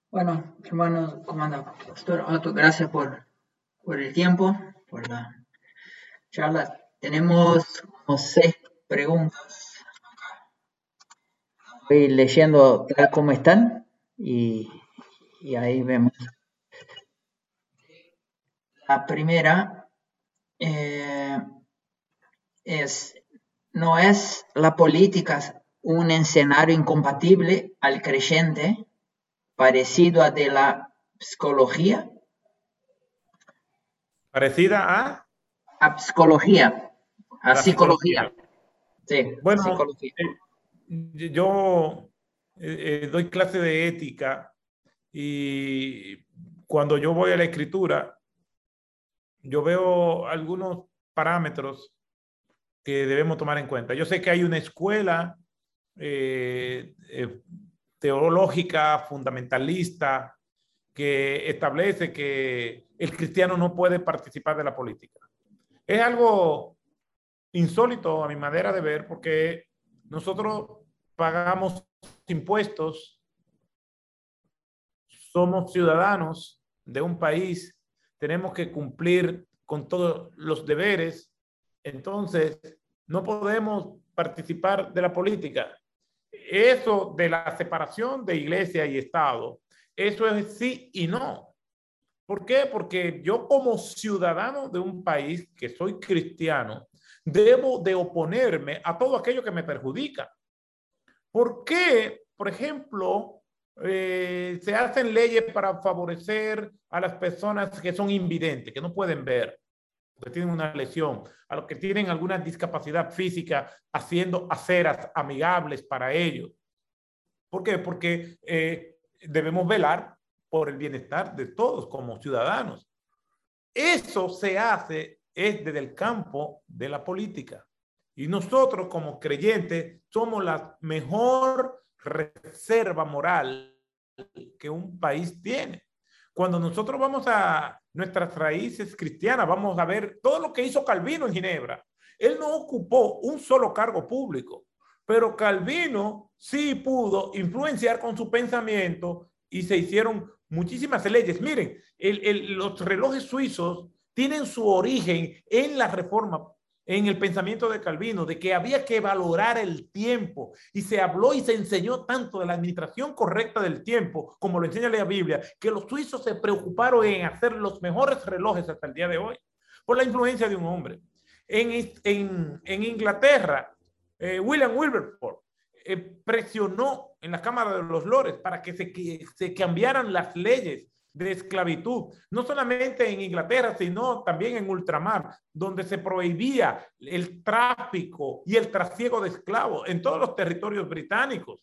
Bueno, hermanos, ¿cómo anda, Pastor Otto? Gracias por el tiempo, por la charla. Tenemos como 6 preguntas. Voy leyendo tal como están y, y ahí vemos. La primera eh, es, ¿no es la política un escenario incompatible al creyente parecido a de la psicología? Parecida a A la psicología. psicología. Sí, Bueno, psicología. yo doy clase de ética y cuando yo voy a la escritura, yo veo algunos parámetros que debemos tomar en cuenta. Yo sé que hay una escuela eh, eh, teológica, fundamentalista, que establece que el cristiano no puede participar de la política. Es algo insólito a mi manera de ver, porque nosotros pagamos impuestos, somos ciudadanos de un país, tenemos que cumplir con todos los deberes, entonces no podemos participar de la política. Eso de la separación de iglesia y Estado, eso es sí y no. ¿Por qué? Porque yo como ciudadano de un país que soy cristiano, debo de oponerme a todo aquello que me perjudica. ¿Por qué, por ejemplo, se hacen leyes para favorecer a las personas que son invidentes, que no pueden ver, que tienen una lesión, a los que tienen alguna discapacidad física, haciendo aceras amigables para ellos? ¿Por qué? Porque debemos velar por el bienestar de todos como ciudadanos. Eso se hace es desde el campo de la política. Y nosotros como creyentes somos la mejor reserva moral que un país tiene. Cuando nosotros vamos a nuestras raíces cristianas, vamos a ver todo lo que hizo Calvino en Ginebra. Él no ocupó un solo cargo público, pero Calvino sí pudo influenciar con su pensamiento y se hicieron muchísimas leyes. Miren, los relojes suizos tienen su origen en la reforma, en el pensamiento de Calvino, de que había que valorar el tiempo. Y se habló y se enseñó tanto de la administración correcta del tiempo, como lo enseña la Biblia, que los suizos se preocuparon en hacer los mejores relojes hasta el día de hoy, por la influencia de un hombre. En Inglaterra, William Wilberforce presionó en la Cámara de los Lores para que se cambiaran las leyes de esclavitud, no solamente en Inglaterra, sino también en ultramar, donde se prohibía el tráfico y el trasiego de esclavos en todos los territorios británicos.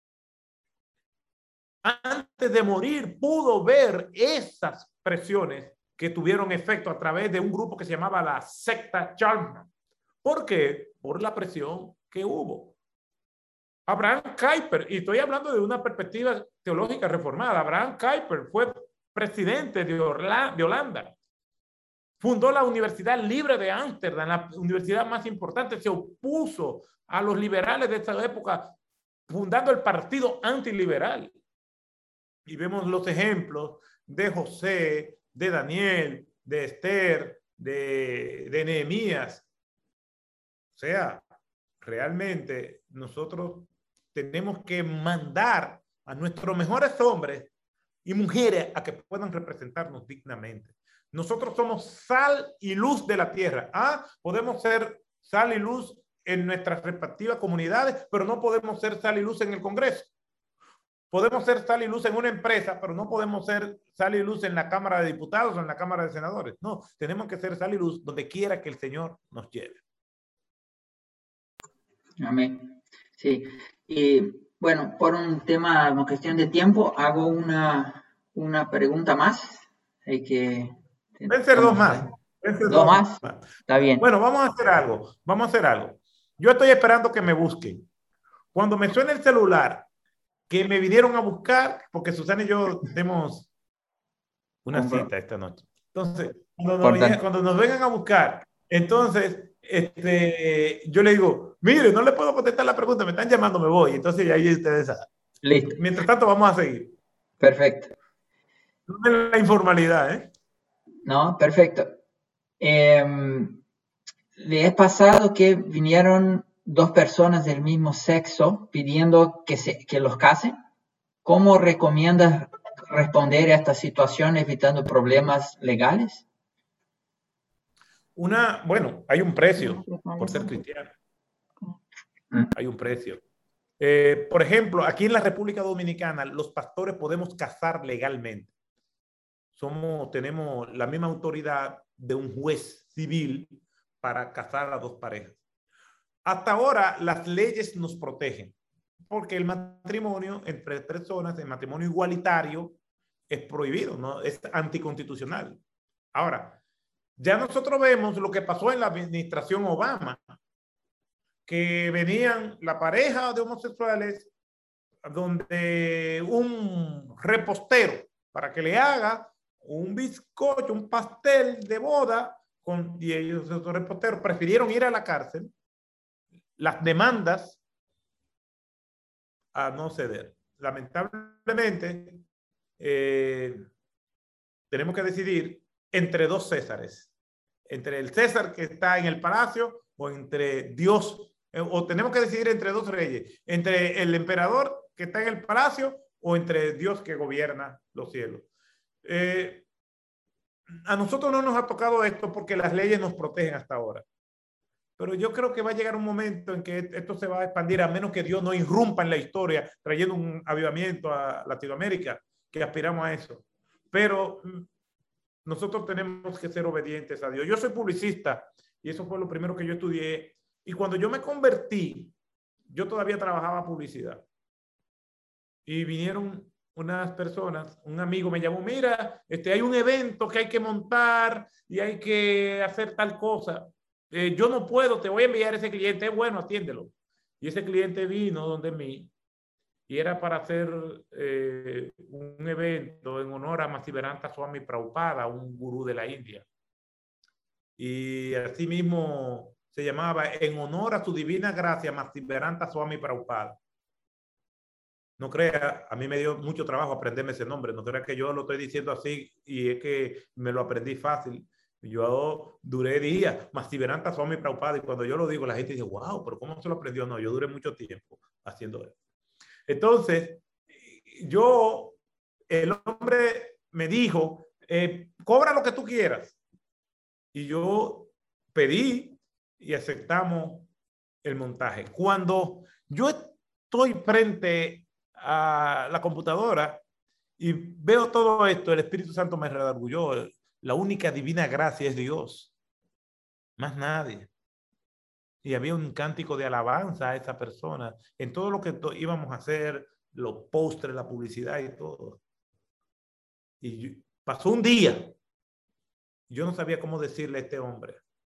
Antes de morir pudo ver esas presiones que tuvieron efecto a través de un grupo que se llamaba la secta Charlton. ¿Por qué? Por la presión que hubo. Abraham Kuyper, y estoy hablando de una perspectiva teológica reformada, Abraham Kuyper fue presidente de Holanda, fundó la Universidad Libre de Ámsterdam, la universidad más importante, se opuso a los liberales de esa época, fundando el partido antiliberal. Y vemos los ejemplos de José, de Daniel, de Esther, de Nehemías. O sea, realmente nosotros tenemos que mandar a nuestros mejores hombres y mujeres a que puedan representarnos dignamente. Nosotros somos sal y luz de la tierra. Podemos ser sal y luz en nuestras respectivas comunidades, pero no podemos ser sal y luz en el Congreso. Podemos ser sal y luz en una empresa, pero no podemos ser sal y luz en la Cámara de Diputados o en la Cámara de Senadores. No, tenemos que ser sal y luz donde quiera que el Señor nos lleve. Amén. Sí. Y bueno, por un tema, una cuestión de tiempo, hago una pregunta más. Hay que Pueden ser dos estamos más. Pueden ser dos dos más. más. Está bien. Bueno, vamos a hacer algo. Vamos a hacer algo. Yo estoy esperando que me busquen. Cuando me suene el celular, que me vinieron a buscar, porque Susana y yo tenemos una cita esta noche. Entonces, Importante. cuando nos vengan a buscar, entonces, yo le digo, mire, no le puedo contestar la pregunta, me están llamando, me voy. Entonces, ahí ustedes saben. Listo. Mientras tanto, vamos a seguir. Perfecto. No de la informalidad, ¿eh? No, perfecto. ¿Le ha pasado que vinieron dos personas del mismo sexo pidiendo que los casen? ¿Cómo recomiendas responder a esta situación evitando problemas legales? Bueno, hay un precio por ser cristiano. Hay un precio. Por ejemplo, aquí en la República Dominicana, los pastores podemos casar legalmente. Tenemos la misma autoridad de un juez civil para casar a dos parejas. Hasta ahora, las leyes nos protegen, porque el matrimonio entre personas, el matrimonio igualitario, es prohibido, ¿no? Es anticonstitucional. Ahora, ya nosotros vemos lo que pasó en la administración Obama, que venían la pareja de homosexuales donde un repostero para que le haga un bizcocho, un pastel de boda, y ellos, esos reposteros, prefirieron ir a la cárcel, las demandas a no ceder. Lamentablemente, tenemos que decidir entre dos Césares, entre el César que está en el palacio o entre Dios, o tenemos que decidir entre dos reyes, entre el emperador que está en el palacio o entre Dios que gobierna los cielos. A nosotros no nos ha tocado esto porque las leyes nos protegen hasta ahora. Pero yo creo que va a llegar un momento en que esto se va a expandir, a menos que Dios no irrumpa en la historia, trayendo un avivamiento a Latinoamérica, que aspiramos a eso. Pero nosotros tenemos que ser obedientes a Dios. Yo soy publicista y eso fue lo primero que yo estudié. Y cuando yo me convertí, yo todavía trabajaba publicidad. Y vinieron unas personas, un amigo me llamó, mira, hay un evento que hay que montar y hay que hacer tal cosa. Yo no puedo, te voy a enviar a ese cliente, es bueno, atiéndelo. Y ese cliente vino donde mí y era para hacer un evento en honor a Bhaktisiddhanta Swami Prabhupada, un gurú de la India. Y así mismo se llamaba en honor a su divina gracia Bhaktisiddhanta Swami Prabhupada. No crea, a mí me dio mucho trabajo aprenderme ese nombre, no crea que yo lo estoy diciendo así y es que me lo aprendí fácil. Yo duré días, Bhaktisiddhanta Swami Prabhupada, y cuando yo lo digo la gente dice, wow, pero ¿cómo se lo aprendió? No, yo duré mucho tiempo haciendo eso. Entonces, el hombre me dijo, cobra lo que tú quieras. Y yo pedí y aceptamos el montaje. Cuando yo estoy frente a la computadora y veo todo esto, el Espíritu Santo me redarguyó. La única divina gracia es Dios, más nadie. Y había un cántico de alabanza a esa persona en todo lo que íbamos a hacer, los postres, la publicidad y todo. Y pasó un día, yo no sabía cómo decirle a este hombre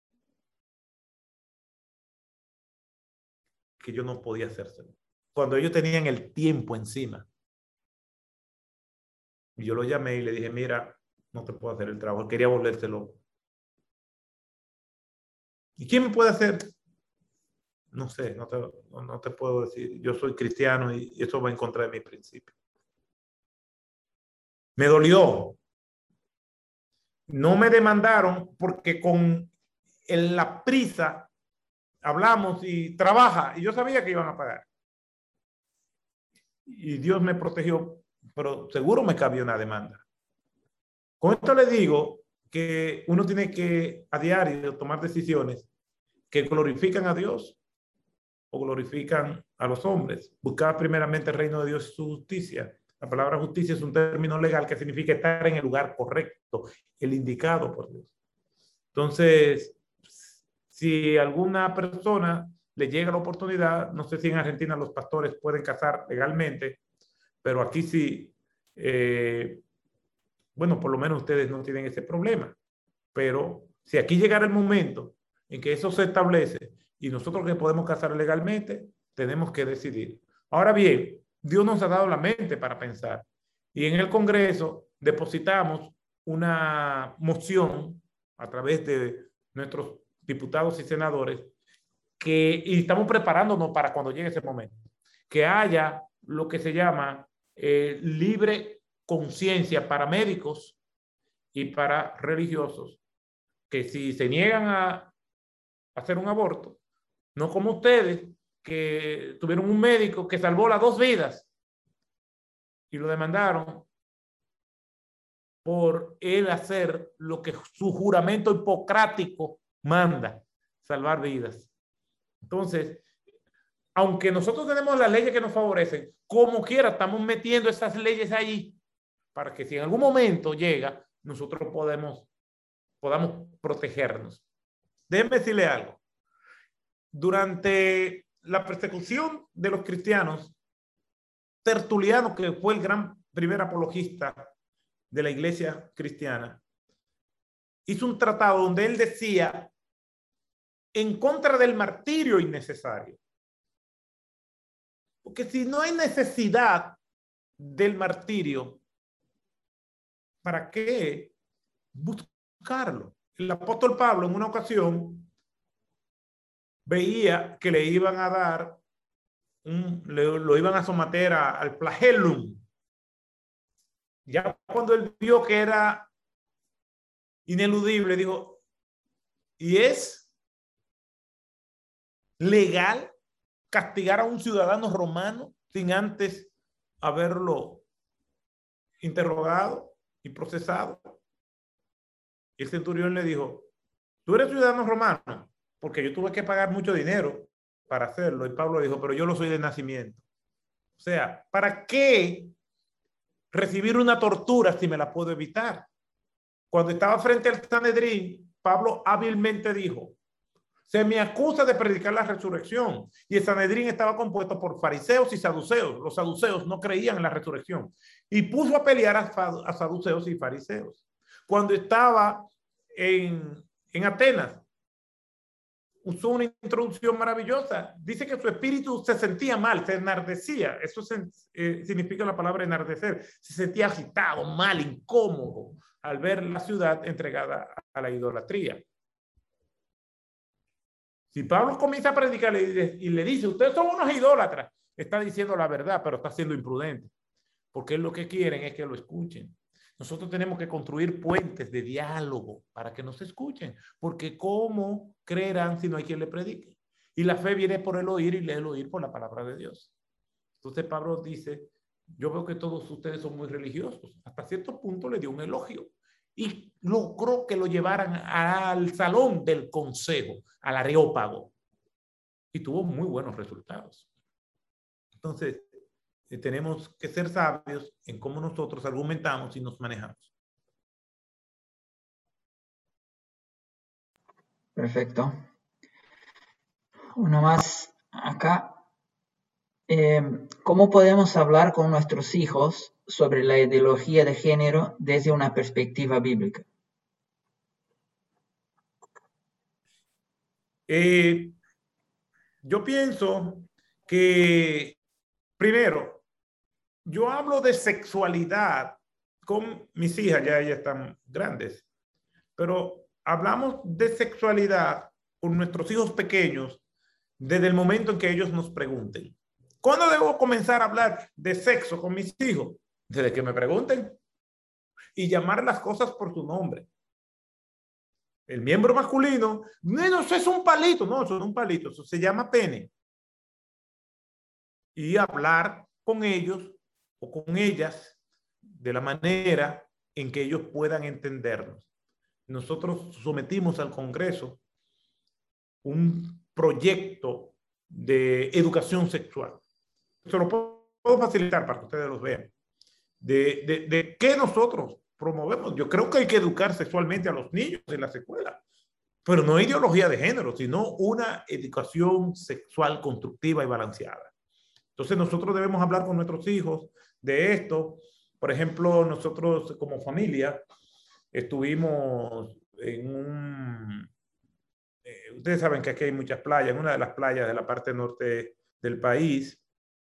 que yo no podía hacérselo. Cuando ellos tenían el tiempo encima. Y yo lo llamé y le dije, mira, no te puedo hacer el trabajo. Quería volvérselo. ¿Y quién me puede hacer? No sé, no te puedo decir. Yo soy cristiano y eso va en contra de mi principio. Me dolió. No me demandaron porque con la prisa hablamos y trabaja y yo sabía que iban a pagar. Y Dios me protegió, pero seguro me cabía una demanda. Con esto le digo que uno tiene que a diario tomar decisiones que glorifican a Dios o glorifican a los hombres. Buscar primeramente el reino de Dios y su justicia. La palabra justicia es un término legal que significa estar en el lugar correcto, el indicado por Dios. Entonces, si alguna persona le llega la oportunidad, no sé si en Argentina los pastores pueden casar legalmente, pero aquí sí, bueno, por lo menos ustedes no tienen ese problema. Pero si aquí llegara el momento en que eso se establece y nosotros que podemos casar legalmente, tenemos que decidir. Ahora bien, Dios nos ha dado la mente para pensar. Y en el Congreso depositamos una moción a través de nuestros diputados y senadores y estamos preparándonos para cuando llegue ese momento, que haya lo que se llama libre conciencia para médicos y para religiosos, que si se niegan a hacer un aborto, no como ustedes, que tuvieron un médico que salvó las 2 vidas y lo demandaron por él hacer lo que su juramento hipocrático manda, salvar vidas. Entonces, aunque nosotros tenemos las leyes que nos favorecen, como quiera estamos metiendo esas leyes ahí para que si en algún momento llega, nosotros podamos protegernos. Déjenme decirle algo. Durante la persecución de los cristianos, Tertuliano, que fue el gran primer apologista de la iglesia cristiana, hizo un tratado donde él decía en contra del martirio innecesario. Porque si no hay necesidad del martirio, ¿para qué buscarlo? El apóstol Pablo en una ocasión veía que le iban a dar, lo iban a someter al flagellum. Ya cuando él vio que era ineludible, dijo, ¿y es legal castigar a un ciudadano romano sin antes haberlo interrogado y procesado? Y el centurión le dijo, ¿tú eres ciudadano romano? Porque yo tuve que pagar mucho dinero para hacerlo. Y Pablo dijo, pero yo lo soy de nacimiento. O sea, ¿para qué recibir una tortura si me la puedo evitar? Cuando estaba frente al Sanedrín, Pablo hábilmente dijo, se me acusa de predicar la resurrección. Y el Sanedrín estaba compuesto por fariseos y saduceos. Los saduceos no creían en la resurrección. Y puso a pelear a saduceos y fariseos. Cuando estaba en Atenas, usó una introducción maravillosa. Dice que su espíritu se sentía mal, se enardecía. Eso significa la palabra enardecer. Se sentía agitado, mal, incómodo al ver la ciudad entregada a la idolatría. Si Pablo comienza a predicar y le dice, ustedes son unos idólatras, está diciendo la verdad, pero está siendo imprudente. Porque lo que quieren es que lo escuchen. Nosotros tenemos que construir puentes de diálogo para que nos escuchen, porque ¿cómo creerán si no hay quien le predique? Y la fe viene por el oír y el oír por la palabra de Dios. Entonces Pablo dice, yo veo que todos ustedes son muy religiosos. Hasta cierto punto le dio un elogio y logró que lo llevaran al salón del consejo, al Areópago, y tuvo muy buenos resultados. Entonces, tenemos que ser sabios en cómo nosotros argumentamos y nos manejamos. Perfecto. Uno más acá. ¿Cómo podemos hablar con nuestros hijos sobre la ideología de género desde una perspectiva bíblica? Yo pienso que, primero, yo hablo de sexualidad con mis hijas, ya ellas están grandes, pero hablamos de sexualidad con nuestros hijos pequeños desde el momento en que ellos nos pregunten. ¿Cuándo debo comenzar a hablar de sexo con mis hijos? Desde que me pregunten. Y llamar las cosas por su nombre. El miembro masculino, no, eso es un palito. No, eso no es un palito, eso se llama pene. Y hablar con ellos o con ellas de la manera en que ellos puedan entendernos. Nosotros sometimos al Congreso un proyecto de educación sexual. Se lo puedo facilitar para que ustedes los vean. De qué nosotros promovemos. Yo creo que hay que educar sexualmente a los niños en las escuelas, pero no ideología de género, sino una educación sexual constructiva y balanceada. Entonces nosotros debemos hablar con nuestros hijos de esto. Por ejemplo, nosotros como familia estuvimos en un... ustedes saben que aquí hay muchas playas, en una de las playas de la parte norte del país.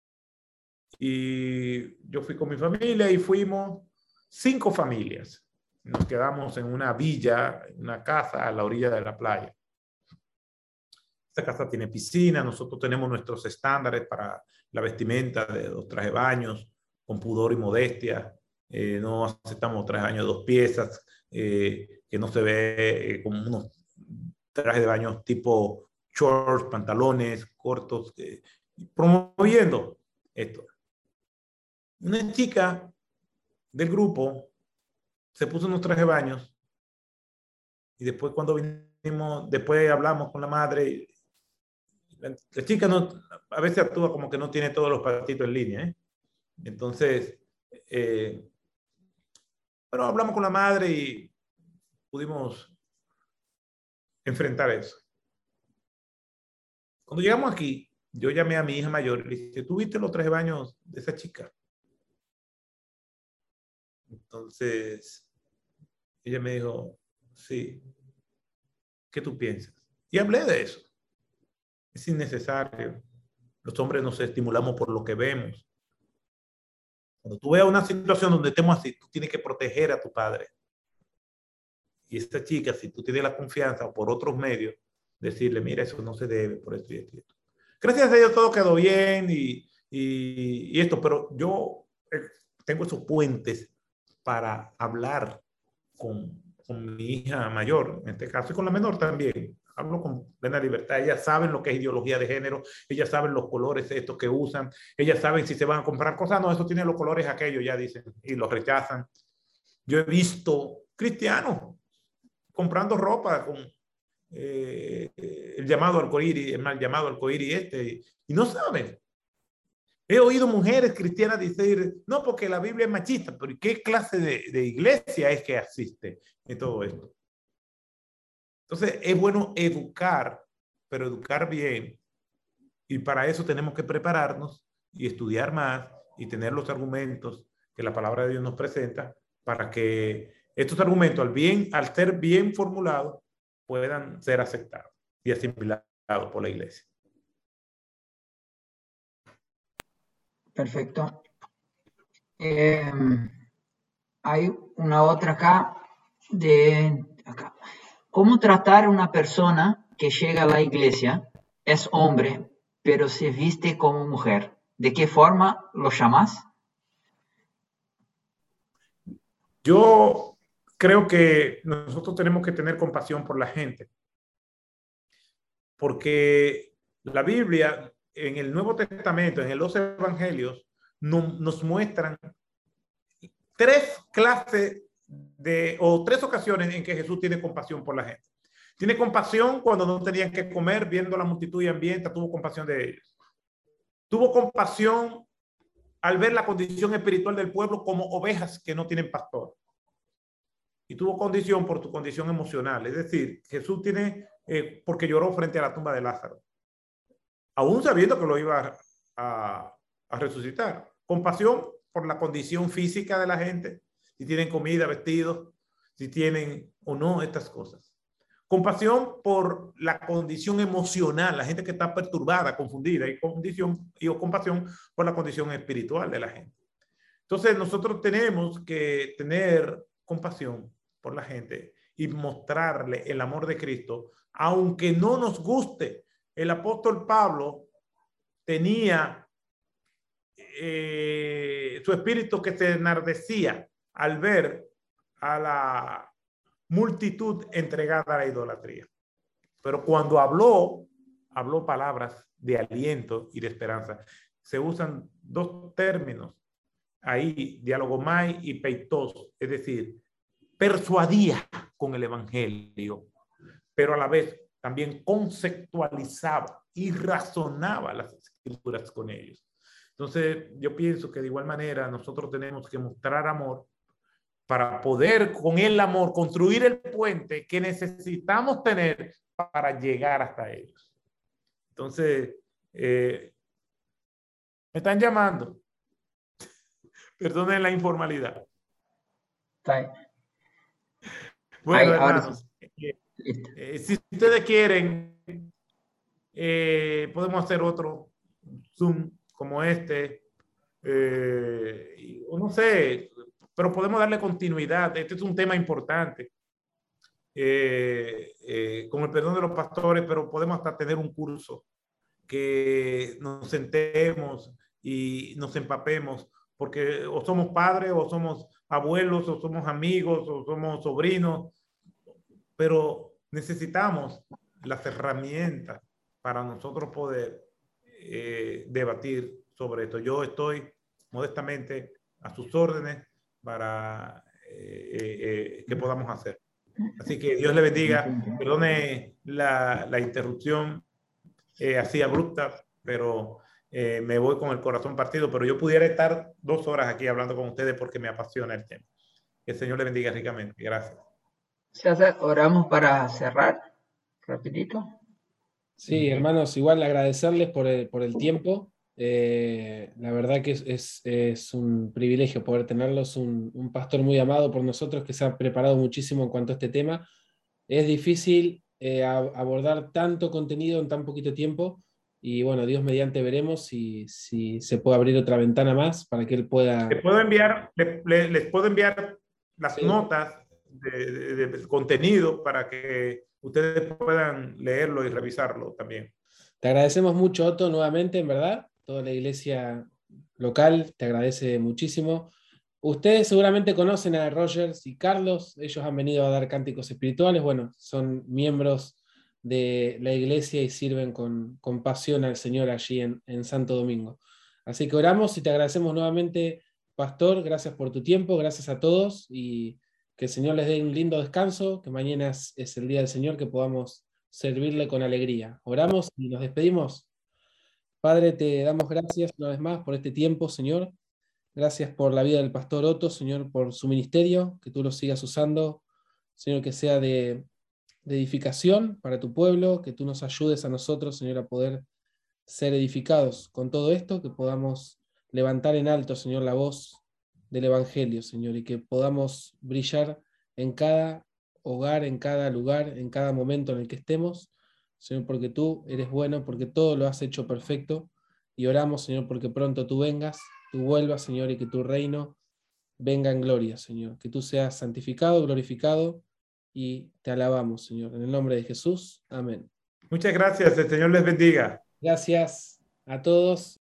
Y yo fui con mi familia y fuimos 5 familias. Nos quedamos en una villa, en una casa a la orilla de la playa. Esta casa tiene piscina, nosotros tenemos nuestros estándares para la vestimenta de los trajes de baños, con pudor y modestia. no aceptamos trajes de baño de 2 piezas, que no se ve como unos trajes de baño tipo shorts, pantalones cortos, promoviendo esto. Una chica del grupo se puso unos trajes de baños y después cuando vinimos, después hablamos con la madre. La chica no, a veces actúa como que no tiene todos los patitos en línea, ¿eh? Entonces, bueno, hablamos con la madre y pudimos enfrentar eso. Cuando llegamos aquí, yo llamé a mi hija mayor y le dije, ¿tú viste los trajes de baños de esa chica? Entonces, ella me dijo, sí, ¿qué tú piensas? Y hablé de eso. Es innecesario. Los hombres nos estimulamos por lo que vemos. Cuando tú veas una situación donde estemos así, tú tienes que proteger a tu padre. Y esta chica, si tú tienes la confianza o por otros medios, decirle, mira, eso no se debe por esto y esto y esto. Gracias a Dios todo quedó bien y esto, pero yo tengo esos puentes para hablar con mi hija mayor, en este caso, y con la menor también. Hablo con plena libertad. Ellas saben lo que es ideología de género, ellas saben los colores estos que usan, ellas saben si se van a comprar cosas. No, eso tiene los colores aquellos, ya dicen, y los rechazan. Yo he visto cristianos comprando ropa con el llamado arcoíris, el mal llamado arcoíris y no saben. He oído mujeres cristianas decir, no, porque la Biblia es machista, pero ¿qué clase de iglesia es que asiste en todo esto? Entonces, es bueno educar, pero educar bien. Y para eso tenemos que prepararnos y estudiar más y tener los argumentos que la palabra de Dios nos presenta para que estos argumentos, al ser bien formulados, puedan ser aceptados y asimilados por la iglesia. Perfecto. Hay una otra acá acá. ¿Cómo tratar a una persona que llega a la iglesia, es hombre, pero se viste como mujer? ¿De qué forma lo llamas? Yo creo que nosotros tenemos que tener compasión por la gente, porque la Biblia en el Nuevo Testamento, en los Evangelios, nos muestran 3 clases o 3 ocasiones en que Jesús tiene compasión por la gente. Tiene compasión cuando no tenían que comer, viendo la multitud y hambrienta, tuvo compasión de ellos. Tuvo compasión al ver la condición espiritual del pueblo como ovejas que no tienen pastor. Y tuvo condición por tu condición emocional. Es decir, Jesús tiene, porque lloró frente a la tumba de Lázaro, aún sabiendo que lo iba a resucitar. Compasión por la condición física de la gente, si tienen comida, vestidos, si tienen o no estas cosas. Compasión por la condición emocional, la gente que está perturbada, confundida, y compasión por la condición espiritual de la gente. Entonces nosotros tenemos que tener compasión por la gente y mostrarle el amor de Cristo, aunque no nos guste. El apóstol Pablo tenía su espíritu que se enardecía al ver a la multitud entregada a la idolatría. Pero cuando habló palabras de aliento y de esperanza. Se usan 2 términos ahí, dialogomai y peitos, es decir, persuadía con el evangelio, pero a la vez también conceptualizaba y razonaba las escrituras con ellos. Entonces, yo pienso que de igual manera nosotros tenemos que mostrar amor para poder con el amor construir el puente que necesitamos tener para llegar hasta ellos. Entonces, me están llamando. Perdonen la informalidad. Bueno, hermanos, si ustedes quieren, podemos hacer otro Zoom como este, o no sé, pero podemos darle continuidad. Este es un tema importante, con el perdón de los pastores, pero podemos hasta tener un curso que nos sentemos y nos empapemos, porque o somos padres o somos abuelos o somos amigos o somos sobrinos, pero necesitamos las herramientas para nosotros poder debatir sobre esto. Yo estoy modestamente a sus órdenes para que podamos hacer. Así que Dios le bendiga. Perdone la interrupción así abrupta, pero me voy con el corazón partido. Pero yo pudiera estar 2 horas aquí hablando con ustedes porque me apasiona el tema. Que el Señor le bendiga ricamente. Gracias. César, oramos para cerrar, rapidito. Sí, hermanos, igual agradecerles por el tiempo. La verdad que es un privilegio poder tenerlos, un pastor muy amado por nosotros que se ha preparado muchísimo en cuanto a este tema. Es difícil abordar tanto contenido en tan poquito tiempo y bueno, Dios mediante veremos si se puede abrir otra ventana más para que él pueda... Les puedo enviar las Sí. notas de contenido para que ustedes puedan leerlo y revisarlo también. Te agradecemos mucho, Otto, nuevamente, en verdad. Toda la iglesia local te agradece muchísimo. Ustedes seguramente conocen a Rogers y Carlos. Ellos han venido a dar cánticos espirituales. Bueno, son miembros de la iglesia y sirven con pasión al Señor allí en Santo Domingo. Así que oramos y te agradecemos nuevamente, Pastor. Gracias por tu tiempo. Gracias a todos y que el Señor les dé un lindo descanso, que mañana es el día del Señor, que podamos servirle con alegría. Oramos y nos despedimos. Padre, te damos gracias una vez más por este tiempo, Señor. Gracias por la vida del pastor Otto, Señor, por su ministerio, que tú lo sigas usando, Señor, que sea de edificación para tu pueblo, que tú nos ayudes a nosotros, Señor, a poder ser edificados con todo esto, que podamos levantar en alto, Señor, la voz del Evangelio, Señor, y que podamos brillar en cada hogar, en cada lugar, en cada momento en el que estemos, Señor, porque tú eres bueno, porque todo lo has hecho perfecto, y oramos, Señor, porque pronto tú vengas, tú vuelvas, Señor, y que tu reino venga en gloria, Señor, que tú seas santificado, glorificado, y te alabamos, Señor, en el nombre de Jesús, amén. Muchas gracias, el Señor les bendiga. Gracias a todos.